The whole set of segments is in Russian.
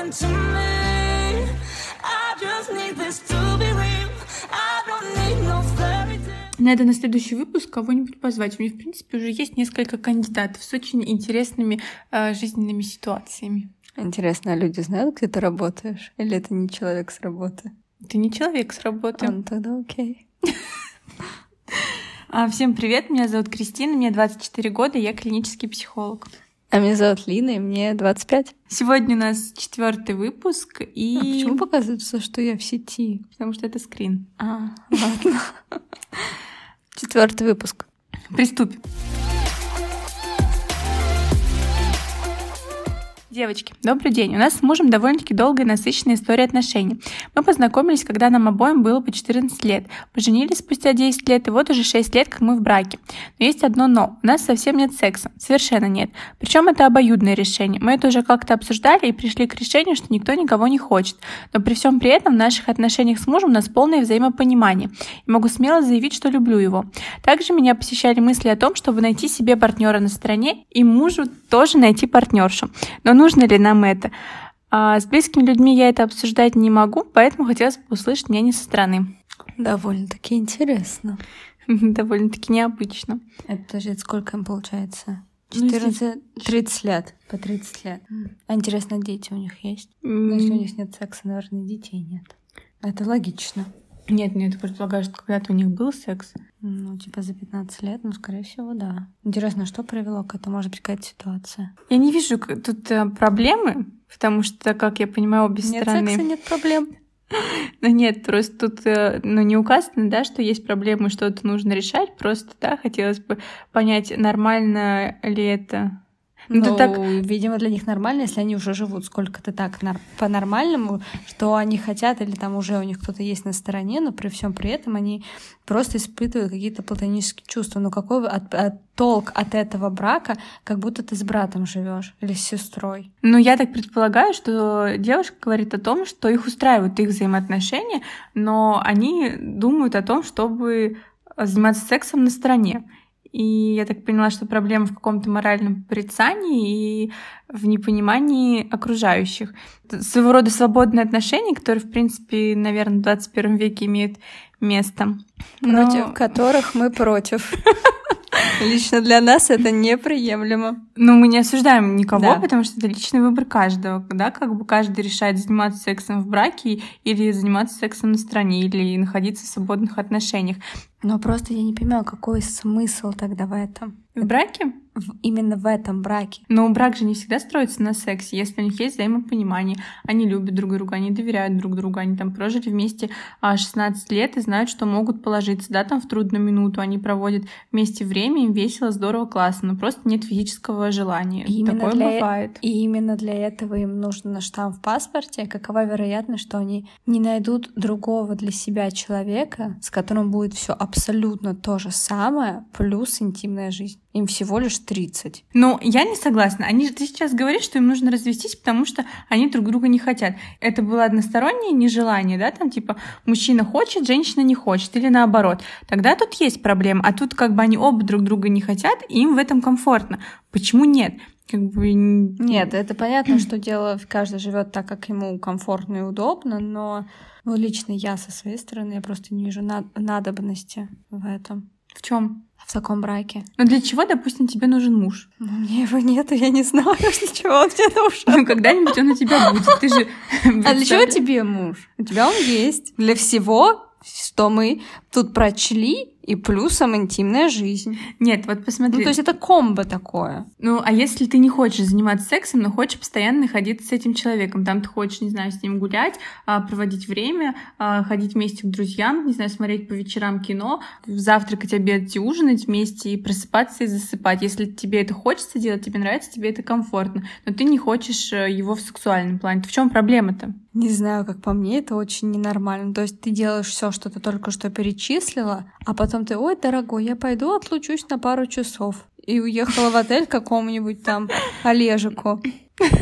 listen to me. I just need this to be real. I don't need no fairy tale. Надо на следующий выпуск кого-нибудь позвать. У меня, в принципе, уже есть несколько кандидатов с очень интересными жизненными ситуациями. Интересно, а люди знают, где ты работаешь? Или это не человек с работы? Ты не человек с работы. Ну тогда окей. Всем привет, меня зовут Кристина, мне 24 года, я клинический психолог. А меня зовут Лина, и мне 25. Сегодня у нас 4-й выпуск, и... А почему показывается, что я в сети? Потому что это скрин. Ладно. 4-й выпуск. Приступим. Девочки, добрый день. У нас с мужем довольно-таки долгая и насыщенная история отношений. Мы познакомились, когда нам обоим было по 14 лет. Поженились спустя 10 лет, и вот уже 6 лет, как мы в браке. Но есть одно «но». У нас совсем нет секса. Совершенно нет. Причем это обоюдное решение. Мы это уже как-то обсуждали и пришли к решению, что никто никого не хочет. Но при всем при этом в наших отношениях с мужем у нас полное взаимопонимание. И могу смело заявить, что люблю его. Также меня посещали мысли о том, чтобы найти себе партнера на стороне, и мужу тоже найти партнершу. Но нужно ли нам это? С близкими людьми я это обсуждать не могу, поэтому хотелось бы услышать мнение со стороны. Довольно-таки интересно. Довольно-таки необычно. Это сколько им получается? 30 лет. По 30 лет. А интересно, дети у них есть? Если у них нет секса, наверное, детей нет. Это логично. Нет, я предполагаю, что когда-то у них был секс. За 15 лет, скорее всего, да. Интересно, что привело к этому? Может быть, какая-то ситуация? Я не вижу тут проблемы, потому что, как я понимаю, обе стороны... Нет секса, нет проблем. Нет, просто тут не указано, да, что есть проблемы, что-то нужно решать. Просто, да, хотелось бы понять, нормально ли это... Видимо, для них нормально, если они уже живут сколько-то так по-нормальному, что они хотят, или там уже у них кто-то есть на стороне, но при всем при этом они просто испытывают какие-то платонические чувства. Какой толк от этого брака, как будто ты с братом живешь или с сестрой? Я так предполагаю, что девушка говорит о том, что их устраивают их взаимоотношения, но они думают о том, чтобы заниматься сексом на стороне. И я так поняла, что проблема в каком-то моральном порицании и в непонимании окружающих. Своего рода свободные отношения, которые, в принципе, наверное, в 21 веке имеют место. Против которых мы против. Лично для нас это неприемлемо. Мы не осуждаем никого, потому что это личный выбор каждого. Да? Каждый решает заниматься сексом в браке или заниматься сексом на стороне, или находиться в свободных отношениях. Но просто я не понимаю, какой смысл тогда в этом. В браке? Именно в этом браке. Но брак же не всегда строится на сексе. Если у них есть взаимопонимание, они любят друг друга, они доверяют друг другу, они там прожили вместе 16 лет и знают, что могут положиться, да, там в трудную минуту. Они проводят вместе время, им весело, здорово, классно, но просто нет физического желания. Такое бывает. И именно для этого им нужен штамп в паспорте. Какова вероятность, что они не найдут другого для себя человека, с которым будет все абсолютно то же самое, плюс интимная жизнь. Им всего лишь 30. Я не согласна. Ты сейчас говоришь, что им нужно развестись, потому что они друг друга не хотят. Это было одностороннее нежелание, да, мужчина хочет, женщина не хочет, или наоборот. Тогда тут есть проблема. А тут они оба друг друга не хотят, и им в этом комфортно. Почему нет? Нет, это понятно, что дело, каждый живет так, как ему комфортно и удобно, но лично я со своей стороны, я просто не вижу надобности в этом. В чем? В таком браке. Для чего, допустим, тебе нужен муж? Мне его нет, и я не знаю, для чего он тебе нужен. Когда-нибудь он у тебя будет. Ты же... А для чего тебе муж? У тебя он есть. Для всего, что мы тут прочли, и плюсом интимная жизнь. Нет, посмотри. То есть это комбо такое. А если ты не хочешь заниматься сексом, но хочешь постоянно находиться с этим человеком, там ты хочешь, не знаю, с ним гулять, проводить время, ходить вместе к друзьям, не знаю, смотреть по вечерам кино, завтракать, обедать и ужинать вместе, и просыпаться и засыпать. Если тебе это хочется делать, тебе нравится, тебе это комфортно, но ты не хочешь его в сексуальном плане, то в чем проблема-то? Не знаю, как по мне, это очень ненормально. То есть ты делаешь все, что ты только что перечислила, а потом ты: ой, дорогой, я пойду отлучусь на пару часов. И уехала в отель к какому-нибудь там Олежику.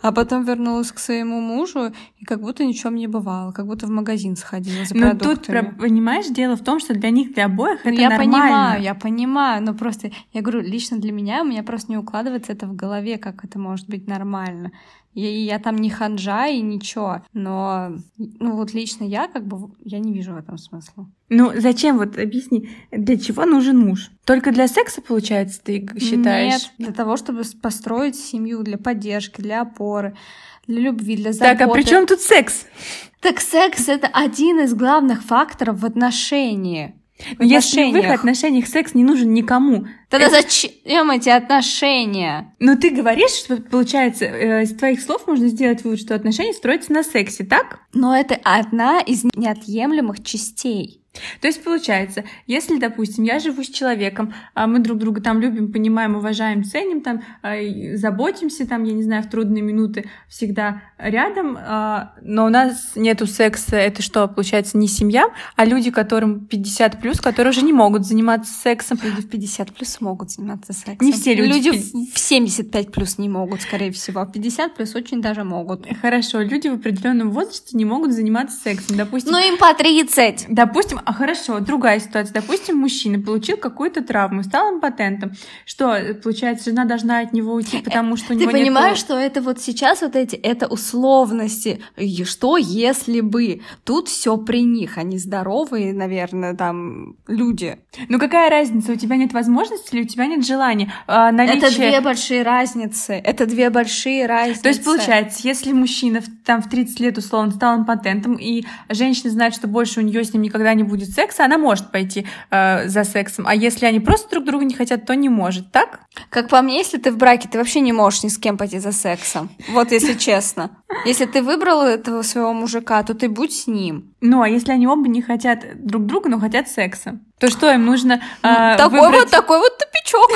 А потом вернулась к своему мужу, и как будто ничего не бывало, как будто в магазин сходила за Но продуктами. тут, понимаешь, дело в том, что для них, для обоих это я нормально. Я понимаю, но просто, я говорю, лично для меня, у меня просто не укладывается это в голове, как это может быть нормально. Я там не ханжа и ничего, но вот лично я я не вижу в этом смысла. Ну, зачем, вот объясни, для чего нужен муж? Только для секса, получается, ты считаешь? Нет, для того, чтобы построить семью, для поддержки, для опоры, для любви, для заботы. Так, а при чем тут секс? Так секс — это один из главных факторов в отношениях. Если в их отношениях секс не нужен никому. Тогда зачем эти отношения? Ну, ты говоришь, что, получается, из твоих слов можно сделать вывод, что отношения строятся на сексе, так? Но это одна из неотъемлемых частей. То есть, получается, если, допустим, я живу с человеком, а мы друг друга там любим, понимаем, уважаем, ценим, там, заботимся, там, я не знаю, в трудные минуты всегда рядом, но у нас нету секса, это что, получается, не семья, а люди, которым 50+, которые уже не могут заниматься сексом. Люди в 50+ могут заниматься сексом. Не все люди. Люди в 75+ не могут, скорее всего, а в 50+ очень даже могут. Хорошо, люди в определенном возрасте не могут заниматься сексом, допустим. Ну, им по 30. Допустим, хорошо, другая ситуация. Допустим, мужчина получил какую-то травму, стал импотентом. Что, получается, жена должна от него уйти, потому что у него Ты понимаешь, что это вот сейчас это условности. И что если бы? Тут все при них, они здоровые, наверное, там люди. Ну какая разница? У тебя нет возможности или у тебя нет желания? Это две большие разницы. То есть, получается, если мужчина там в 30 лет условно стал импотентом, и женщина знает, что больше у нее с ним никогда не будет секса, она может пойти за сексом. А если они просто друг друга не хотят, то не может, так? Как по мне, если ты в браке, ты вообще не можешь ни с кем пойти за сексом. Вот если честно. Если ты выбрала этого своего мужика, то ты будь с ним. Ну, а если они оба не хотят друг друга, но хотят секса, то что им нужно такой вот тупичок.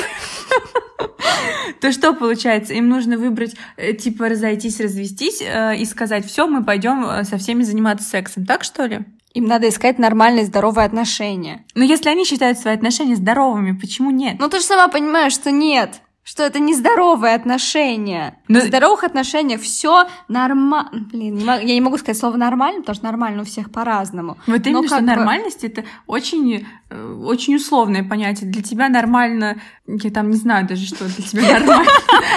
То что получается? Им нужно выбрать, типа, разойтись, развестись и сказать: все, мы пойдем со всеми заниматься сексом, так что ли? Им надо искать нормальные, здоровые отношения. Но если они считают свои отношения здоровыми, почему нет? Ну ты же сама понимаешь, что нет. Что это нездоровые отношения. В здоровых отношениях все нормально. Блин, я не могу сказать слово нормально, потому что нормально у всех по-разному. Вот именно, что нормальность — это очень, очень условное понятие. Для тебя нормально, я там не знаю даже, что для тебя нормально.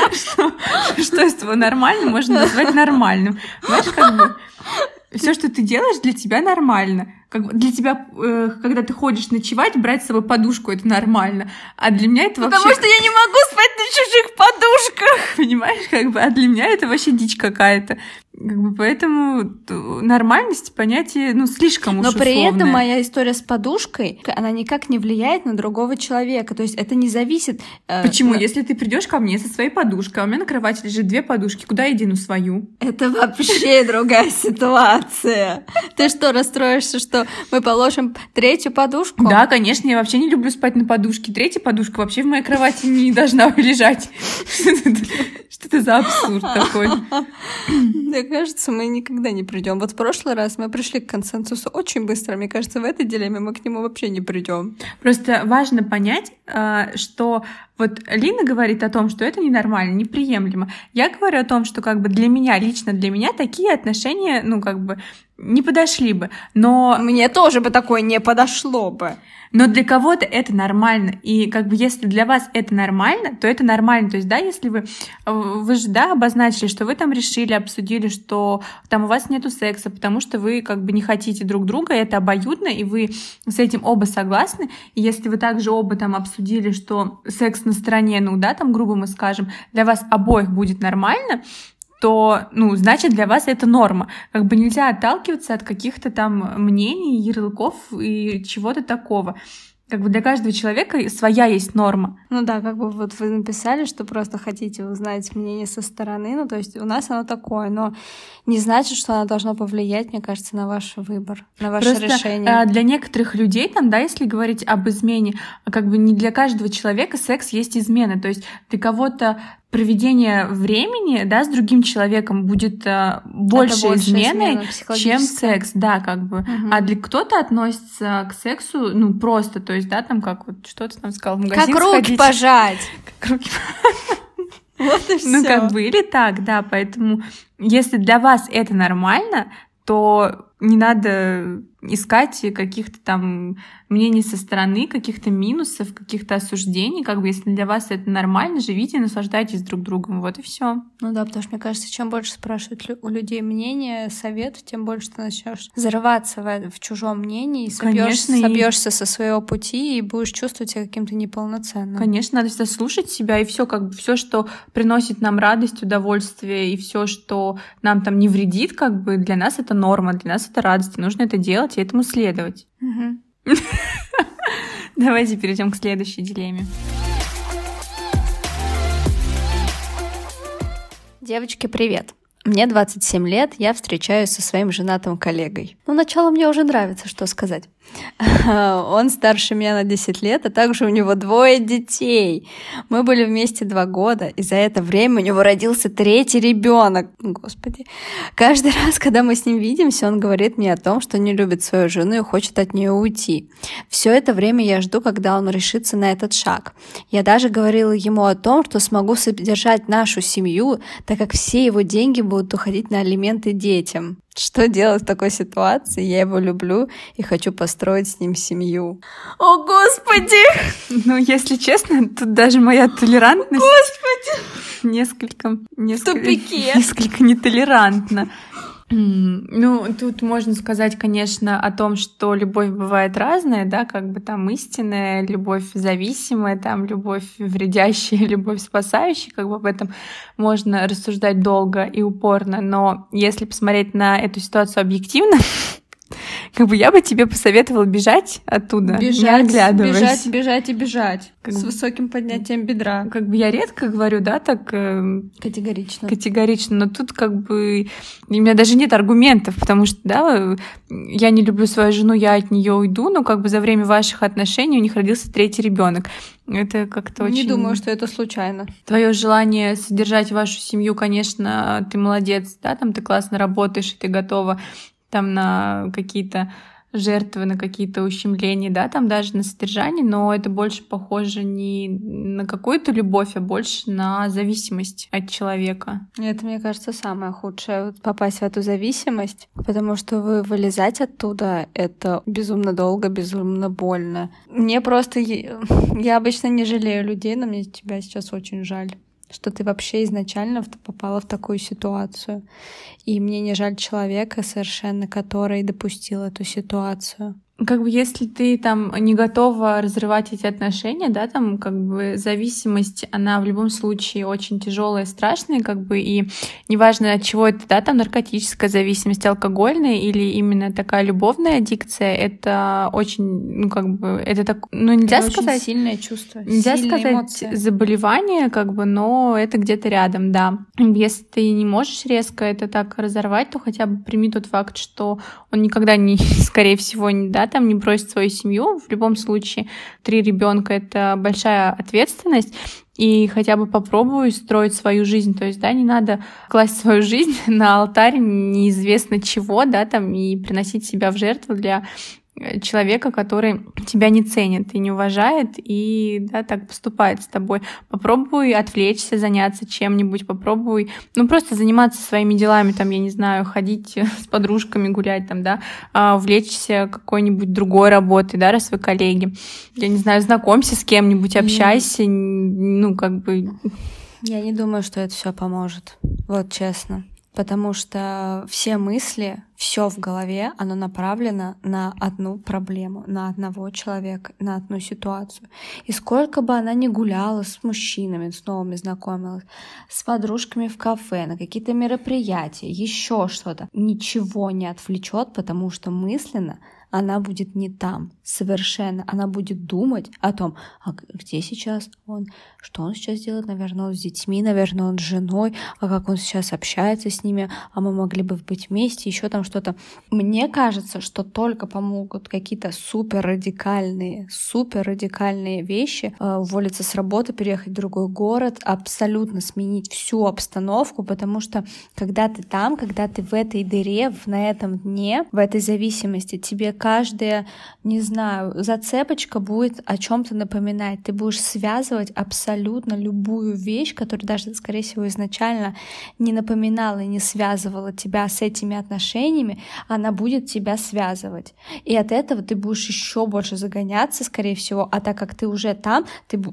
Что из того нормально можно назвать нормальным. Знаешь, как бы все, что ты делаешь, для тебя нормально. Для тебя, когда ты ходишь ночевать, брать с собой подушку — это нормально. А для меня это вообще... Потому что я не могу спать на чужих подушках. Понимаешь, а для меня это вообще дичь какая-то. Поэтому нормальность понятие, слишком уж условное. Но при этом моя история с подушкой, она никак не влияет на другого человека. То есть это не зависит... Почему? Если ты придешь ко мне со своей подушкой, а у меня на кровати лежит 2 подушки, куда я дену свою? Это вообще другая ситуация. Ты что, расстроишься, что мы положим 3-ю подушку? Да, конечно, я вообще не люблю спать на подушке. 3-я подушка вообще в моей кровати не должна лежать. Что это за абсурд такой? Мне кажется, мы никогда не придем. Вот в прошлый раз мы пришли к консенсусу очень быстро. Мне кажется, в этой дилемме мы к нему вообще не придем. Просто важно понять, что вот Лина говорит о том, что это ненормально, неприемлемо. Я говорю о том, что для меня, лично для меня, такие отношения, не подошли бы. Но мне тоже бы такое не подошло бы. Но для кого-то это нормально. И если для вас это нормально, то это нормально. То есть, да, если вы же, да, обозначили, что вы там решили, обсудили, что там у вас нету секса, потому что вы не хотите друг друга, и это обоюдно, и вы с этим оба согласны. И если вы также оба там обсудили, что секс на стороне, грубо мы скажем, для вас обоих будет нормально, то, значит, для вас это норма. Нельзя отталкиваться от каких-то там мнений, ярлыков и чего-то такого. Для каждого человека своя есть норма. Ну да, вот вы написали, что просто хотите узнать мнение со стороны, то есть у нас оно такое, но не значит, что оно должно повлиять, мне кажется, на ваш выбор, на ваше решение. Для некоторых людей, если говорить об измене, не для каждого человека секс есть измена, то есть для кого-то проведение времени, да, с другим человеком будет больше измены, чем секс, да, Угу. А для кто-то относится к сексу, просто, то есть, да, что ты там сказал, в магазин как руки сходить. Пожать. Как руки Вот и все. Ну, как бы, или так, да, поэтому если для вас это нормально, то не надо искать каких-то там мнений со стороны, каких-то минусов, каких-то осуждений. Как бы, если для вас это нормально, живите и наслаждайтесь друг другом. Вот и все. Ну да, потому что, мне кажется, чем больше спрашивают у людей мнение, совет, тем больше ты начнешь зарываться в чужом мнении и собьешься со своего пути и будешь чувствовать себя каким-то неполноценным. Конечно, надо всегда слушать себя, и все, как бы все, что приносит нам радость, удовольствие, и все, что нам там не вредит, как бы для нас это норма, для нас это радость. И нужно это делать и этому следовать. Давайте перейдем к следующей дилемме. Девочки, привет! Мне 27 лет, я встречаюсь со своим женатым коллегой. Ну, начало мне уже нравится, что сказать. Он старше меня на 10 лет, а также у него 2 детей. Мы были вместе 2 года, и за это время у него родился 3-й ребенок. Господи. Каждый раз, когда мы с ним видимся, он говорит мне о том, что не любит свою жену и хочет от нее уйти. Все это время я жду, когда он решится на этот шаг. Я даже говорила ему о том, что смогу содержать нашу семью, так как все его деньги будут уходить на алименты детям. Что делать в такой ситуации? Я его люблю и хочу построить с ним семью. О, Господи! Ну, если честно, тут даже моя толерантность... Господи! Несколько нетолерантна. Ну, тут можно сказать, конечно, о том, что любовь бывает разная, да, как бы там истинная, любовь зависимая, там любовь вредящая, любовь спасающая, как бы об этом можно рассуждать долго и упорно, но если посмотреть на эту ситуацию объективно, как бы я бы тебе посоветовала бежать оттуда, не оглядываясь. Бежать. Как с высоким поднятием бедра. Как бы я редко говорю, да, так... Категорично, но тут как бы у меня даже нет аргументов, потому что, да, я не люблю свою жену, я от нее уйду, но как бы за время ваших отношений у них родился 3-й ребенок. Это как-то очень... Не думаю, что это случайно. Твое желание содержать вашу семью, конечно, ты молодец, да, там ты классно работаешь, и ты готова там на какие-то жертвы, на какие-то ущемления, да, там даже на содержание, но это больше похоже не на какую-то любовь, а больше на зависимость от человека. Это, мне кажется, самое худшее, вот попасть в эту зависимость, потому что вылезать оттуда — это безумно долго, безумно больно. Мне просто... Я обычно не жалею людей, но мне тебя сейчас очень жаль, что ты вообще изначально попала в такую ситуацию. И мне не жаль человека совершенно, который допустил эту ситуацию. Как бы если ты там не готова разрывать эти отношения, да, там как бы зависимость, она в любом случае очень тяжелая, страшная, как бы, и неважно от чего это, да, там наркотическая зависимость, алкогольная или именно такая любовная аддикция, это очень, ну как бы, это так, ну нельзя это сказать... очень сильное чувство, нельзя сказать эмоции. Заболевание, как бы, но это где-то рядом, да. Если ты не можешь резко это так разорвать, то хотя бы прими тот факт, что он никогда не, скорее всего, не, да, там не бросит свою семью. В любом случае, 3 ребенка — это большая ответственность. И хотя бы попробуй строить свою жизнь. То есть, да, не надо класть свою жизнь на алтарь неизвестно чего, да, там, и приносить себя в жертву для человека, который тебя не ценит и не уважает, и, да, так поступает с тобой. Попробуй отвлечься, заняться чем-нибудь, попробуй, ну, просто заниматься своими делами, там, я не знаю, ходить с подружками гулять, там, да, увлечься какой-нибудь другой работой, да, раз вы коллеги. Я не знаю, знакомься с кем-нибудь, общайся, ну, как бы... Я не думаю, что это все поможет, вот честно. Потому что все мысли, все в голове, оно направлено на одну проблему, на одного человека, на одну ситуацию. И сколько бы она ни гуляла с мужчинами, с новыми знакомилась, с подружками в кафе, на какие-то мероприятия, еще что-то, ничего не отвлечет, потому что мысленно она будет не там совершенно. Она будет думать о том, а где сейчас он, что он сейчас делает, наверное, он с детьми, наверное, он с женой, а как он сейчас общается с ними, а мы могли бы быть вместе, еще там что-то. Мне кажется, что только помогут какие-то супер радикальные вещи, уволиться с работы, переехать в другой город, абсолютно сменить всю обстановку, потому что когда ты там, когда ты в этой дыре, на этом дне, в этой зависимости, тебе каждая, не знаю, зацепочка будет о чем-то напоминать. Ты будешь связывать абсолютно любую вещь, которая даже, скорее всего, изначально не напоминала и не связывала тебя с этими отношениями, она будет тебя связывать. И от этого ты будешь еще больше загоняться, скорее всего, а так как ты уже там,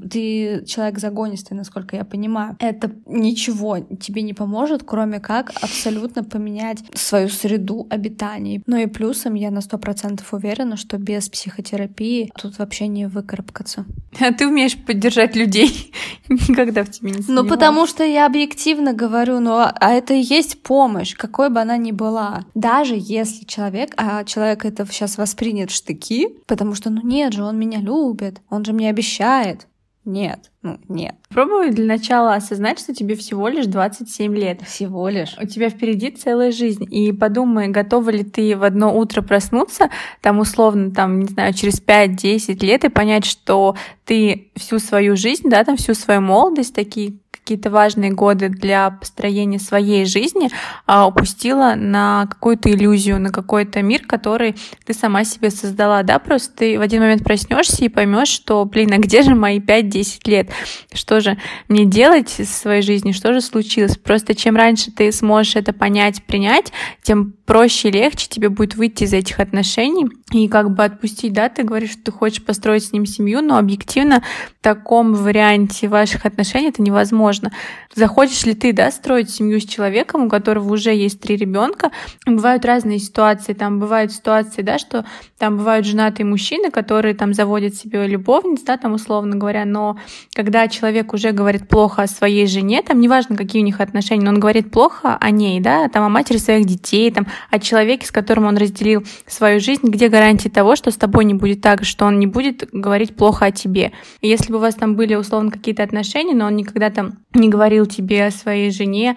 ты человек загонистый, насколько я понимаю, это ничего тебе не поможет, кроме как абсолютно поменять свою среду обитания. Ну и плюсом я на 100% уверена, что без психотерапии тут вообще не выкарабкаться. А ты умеешь поддержать людей. Никогда в тебе не сомневалась. Ну, потому что я объективно говорю, а это и есть помощь, какой бы она ни была. Даже если человек это сейчас воспринят в штыки, потому что, нет же, он меня любит, он же мне обещает. Нет. Попробуй для начала осознать, что тебе всего лишь 27 лет. Всего лишь. У тебя впереди целая жизнь. И подумай, готова ли ты в одно утро проснуться, условно, не знаю, через 5-10 лет и понять, что ты всю свою жизнь, всю свою молодость, такие какие-то важные годы для построения своей жизни упустила на какую-то иллюзию, на какой-то мир, который ты сама себе создала, просто ты в один момент проснешься и поймешь, что, а где же мои 5-10 лет? Что же мне делать со своей жизнью? Что же случилось? Просто чем раньше ты сможешь это понять, принять, тем проще и легче тебе будет выйти из этих отношений и отпустить, ты говоришь, что ты хочешь построить с ним семью, но объективно в таком варианте ваших отношений это невозможно. Захочешь ли ты, строить семью с человеком, у которого уже есть 3 ребенка? Бывают разные ситуации. Бывают ситуации, что бывают женатые мужчины, которые заводят себе любовниц, условно говоря, но когда человек уже говорит плохо о своей жене, неважно, какие у них отношения, но он говорит плохо о ней, о матери своих детей, о человеке, с которым он разделил свою жизнь, где гарантии того, что с тобой не будет так, что он не будет говорить плохо о тебе. И если бы у вас были условно какие-то отношения, но он никогда не говорил тебе о своей жене,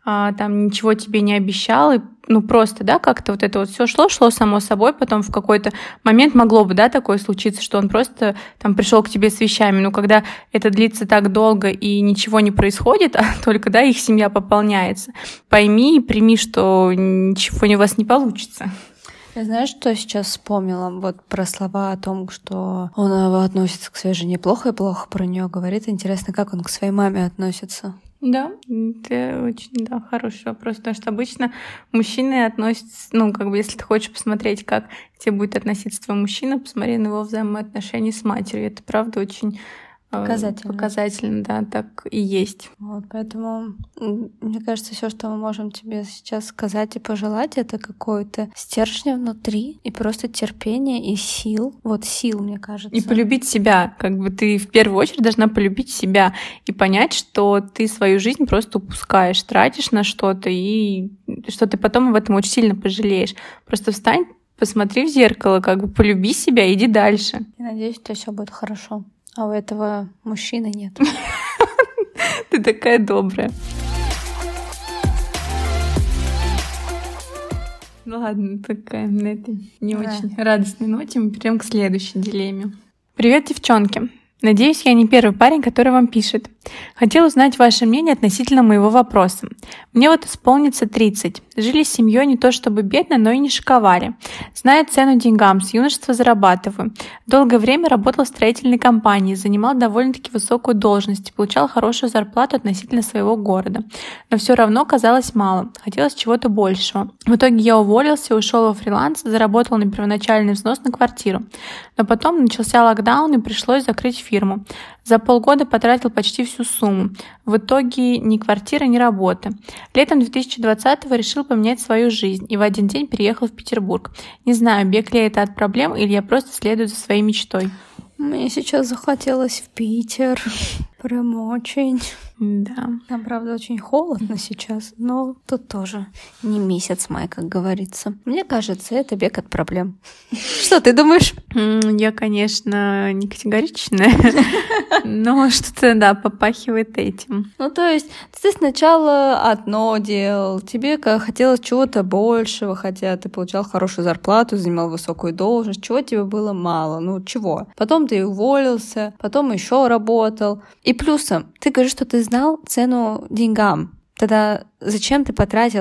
ничего тебе не обещал, и просто, как-то это все шло само собой, потом в какой-то момент могло бы, такое случиться, что он просто пришел к тебе с вещами, но когда это длится так долго и ничего не происходит, а только, их семья пополняется, пойми и прими, что ничего у вас не получится. Я знаешь, что сейчас вспомнила? Про слова о том, что он относится к своей жене плохо и плохо про нее говорит. Интересно, как он к своей маме относится? Да, это очень, хороший вопрос, потому что обычно мужчины относятся, если ты хочешь посмотреть, как к тебе будет относиться твой мужчина, посмотри на его взаимоотношения с матерью. Это, правда, очень показательно, так и есть. Поэтому, мне кажется, все, что мы можем тебе сейчас сказать и пожелать, это какое-то стержня внутри и просто терпение и сил. Сил, мне кажется. И полюбить себя. Ты в первую очередь должна полюбить себя и понять, что ты свою жизнь просто упускаешь, тратишь на что-то, и что ты потом об этом очень сильно пожалеешь. Просто встань, посмотри в зеркало, полюби себя, иди дальше. Я надеюсь, что все будет хорошо. А у этого мужчины нет. Ты такая добрая. Ладно, такая на этой не очень радостной ноте мы перейдем к следующей дилемме. Привет, девчонки. Надеюсь, я не первый парень, который вам пишет. Хотел узнать ваше мнение относительно моего вопроса. Мне исполнится 30. Жили с семьей не то чтобы бедно, но и не шиковали. Знаю цену деньгам, с юношества зарабатываю. Долгое время работал в строительной компании, занимал довольно-таки высокую должность, получал хорошую зарплату относительно своего города. Но все равно казалось мало. Хотелось чего-то большего. В итоге я уволился, ушел во фриланс, заработал на первоначальный взнос на квартиру. Но потом начался локдаун и пришлось закрыть фирму. За полгода потратил почти всю сумму. В итоге ни квартира, ни работа. Летом 2020-го решил поменять свою жизнь и в один день переехал в Петербург. Не знаю, бег ли это от проблем или я просто следую за своей мечтой. Мне сейчас захотелось в Питер. Прям очень. Да. Там, правда, очень холодно сейчас, но тут тоже не месяц май, как говорится. Мне кажется, это бег от проблем. Что ты думаешь? Я, конечно, не категоричная, но что-то, попахивает этим. То есть ты сначала одно делал, тебе хотелось чего-то большего, хотя ты получал хорошую зарплату, занимал высокую должность, чего тебе было мало, чего? Потом ты уволился, потом еще работал. И плюсом, ты говоришь, что ты знал цену деньгам. Тогда зачем ты потратил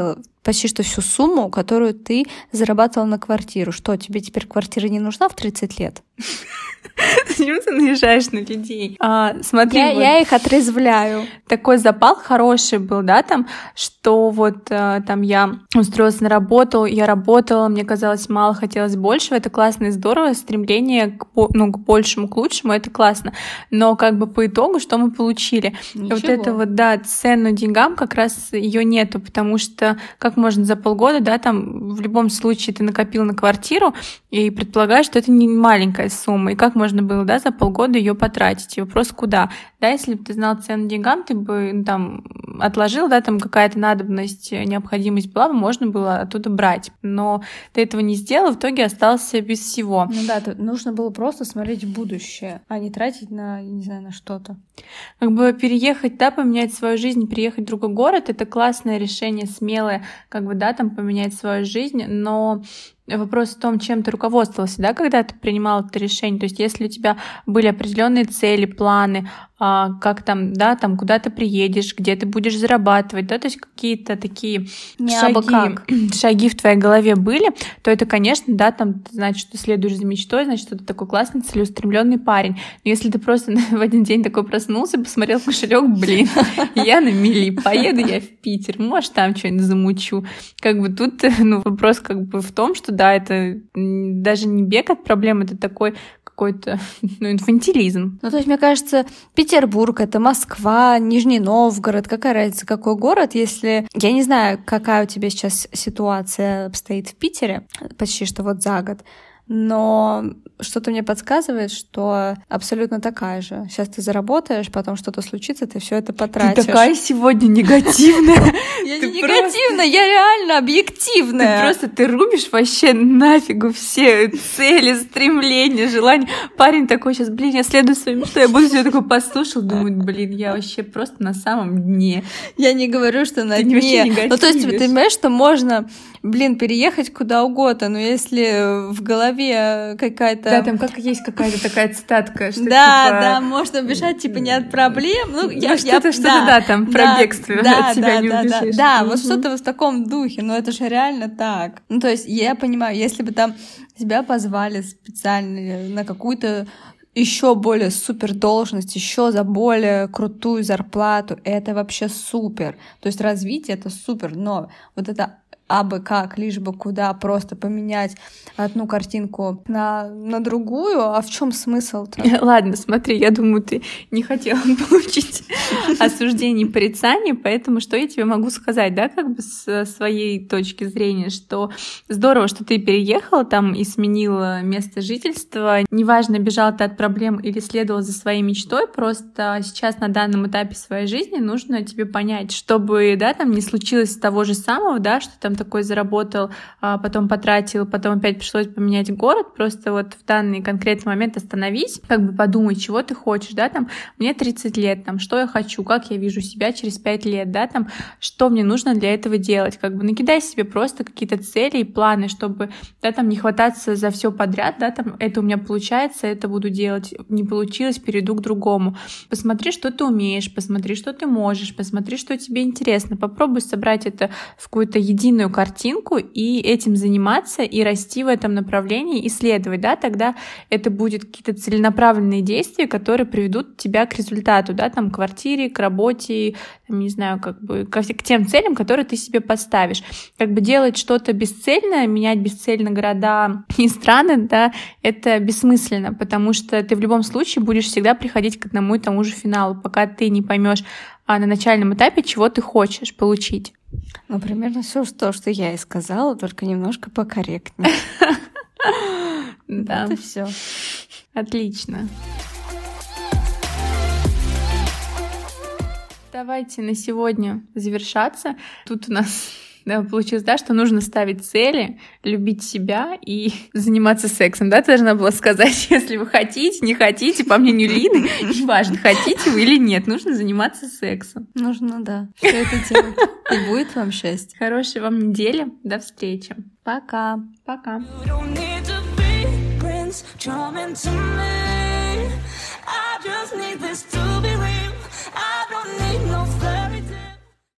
почти что всю сумму, которую ты зарабатывал на квартиру. Что, тебе теперь квартира не нужна в 30 лет? Почему ты наезжаешь на людей? Смотри, я их отрезвляю. Такой запал хороший был, да, там, что вот там я устроилась на работу, я работала, мне казалось мало, хотелось большего, это классно и здорово, стремление к большему, к лучшему, это классно, но как бы по итогу что мы получили? Ничего. Вот это вот, да, цену деньгам как раз ее нету, потому что как можно за полгода, да, там в любом случае ты накопил на квартиру и предполагаешь, что это не маленькая сумма, и как можно было, да, за полгода ее потратить, и вопрос куда, да, если бы ты знал цену деньгам, ты бы там отложил, да, там какая-то надобность, необходимость была бы, можно было оттуда брать, но ты этого не сделал, в итоге остался без всего. Ну да, нужно было просто смотреть в будущее, а не тратить на, не знаю, на что-то. Как бы переехать, да, поменять свою жизнь, переехать в другой город, это классное решение, смелое, как бы, да, там поменять свою жизнь, но вопрос в том, чем ты руководствовался, да, когда ты принимал это решение. То есть, если у тебя были определенные цели, планы, как там, да, там, куда ты приедешь, где ты будешь зарабатывать, да, то есть какие-то такие шаги в твоей голове были, то это, конечно, да, там, значит, что ты следуешь за мечтой, значит, что ты такой классный, целеустремленный парень. Но если ты просто в один день такой проснулся, посмотрел в кошелек, блин, я на мели, поеду я в Питер, может, там что-нибудь замучу. Как бы тут, вопрос как бы в том, что да, это даже не бег от проблем, это такой какой-то, инфантилизм. Ну, то есть, мне кажется, Петербург, это Москва, Нижний Новгород, какая разница, какой город, если... Я не знаю, какая у тебя сейчас ситуация обстоит в Питере, почти что вот за год, но что-то мне подсказывает, что абсолютно такая же. Сейчас ты заработаешь, потом что-то случится, ты все это потратишь. Ты такая сегодня негативная. Я не негативная, я реально объективная. Ты рубишь вообще нафигу все цели, стремления, желания. Парень такой сейчас, я следую своей мечте, я буду все такое послушал, думаю, я вообще просто на самом дне. Я не говорю, что на дне. Ну, то есть, ты понимаешь, что можно, переехать куда угодно, но если в голове какая-то... Да, там есть какая-то такая цитатка, что да, можно убежать, не от проблем. Что-то там про бегство от себя не убежишь. Да, вот что-то в таком духе, но это же реально так. Ну, то есть, я понимаю, если бы там тебя позвали специально на какую-то еще более супер должность, еще за более крутую зарплату, это вообще супер. То есть развитие — это супер, но вот это абы как, лишь бы куда, просто поменять одну картинку на другую, а в чем смысл-то? Ладно, смотри, я думаю, ты не хотела получить осуждение и порицание, поэтому что я тебе могу сказать, да, как бы с своей точки зрения, что здорово, что ты переехала там и сменила место жительства, неважно, бежал ты от проблем или следовал за своей мечтой, просто сейчас на данном этапе своей жизни нужно тебе понять, чтобы, да, там не случилось того же самого, да, что там такой заработал, потом потратил, потом опять пришлось поменять город, просто вот в данный конкретный момент остановись, как бы подумай, чего ты хочешь, да, там, мне 30 лет, там, что я хочу, как я вижу себя через 5 лет, да, там, что мне нужно для этого делать, как бы накидай себе просто какие-то цели и планы, чтобы, да, там, не хвататься за все подряд, да, там, это у меня получается, это буду делать, не получилось, перейду к другому. Посмотри, что ты умеешь, посмотри, что ты можешь, посмотри, что тебе интересно, попробуй собрать это в какую-то единую картинку и этим заниматься, и расти в этом направлении, исследовать, да, тогда это будут какие-то целенаправленные действия, которые приведут тебя к результату, да, там, к квартире, к работе, там, не знаю, как бы к тем целям, которые ты себе поставишь. Как бы делать что-то бесцельное, менять бесцельно города и страны, да, это бессмысленно, потому что ты в любом случае будешь всегда приходить к одному и тому же финалу, пока ты не поймешь на начальном этапе, чего ты хочешь получить. Ну, примерно все то, что я и сказала, только немножко покорректнее. Да. Это все. Отлично. Давайте на сегодня завершаться. Тут у нас получилось, да, что нужно ставить цели, любить себя и заниматься сексом, да, ты должна была сказать, если вы хотите, не хотите, по мнению Лины, неважно, хотите вы или нет, нужно заниматься сексом. Нужно, да, все это делать. И будет вам счастье. Хорошей вам недели, до встречи. Пока. Пока. I just need this to be real. I don't need no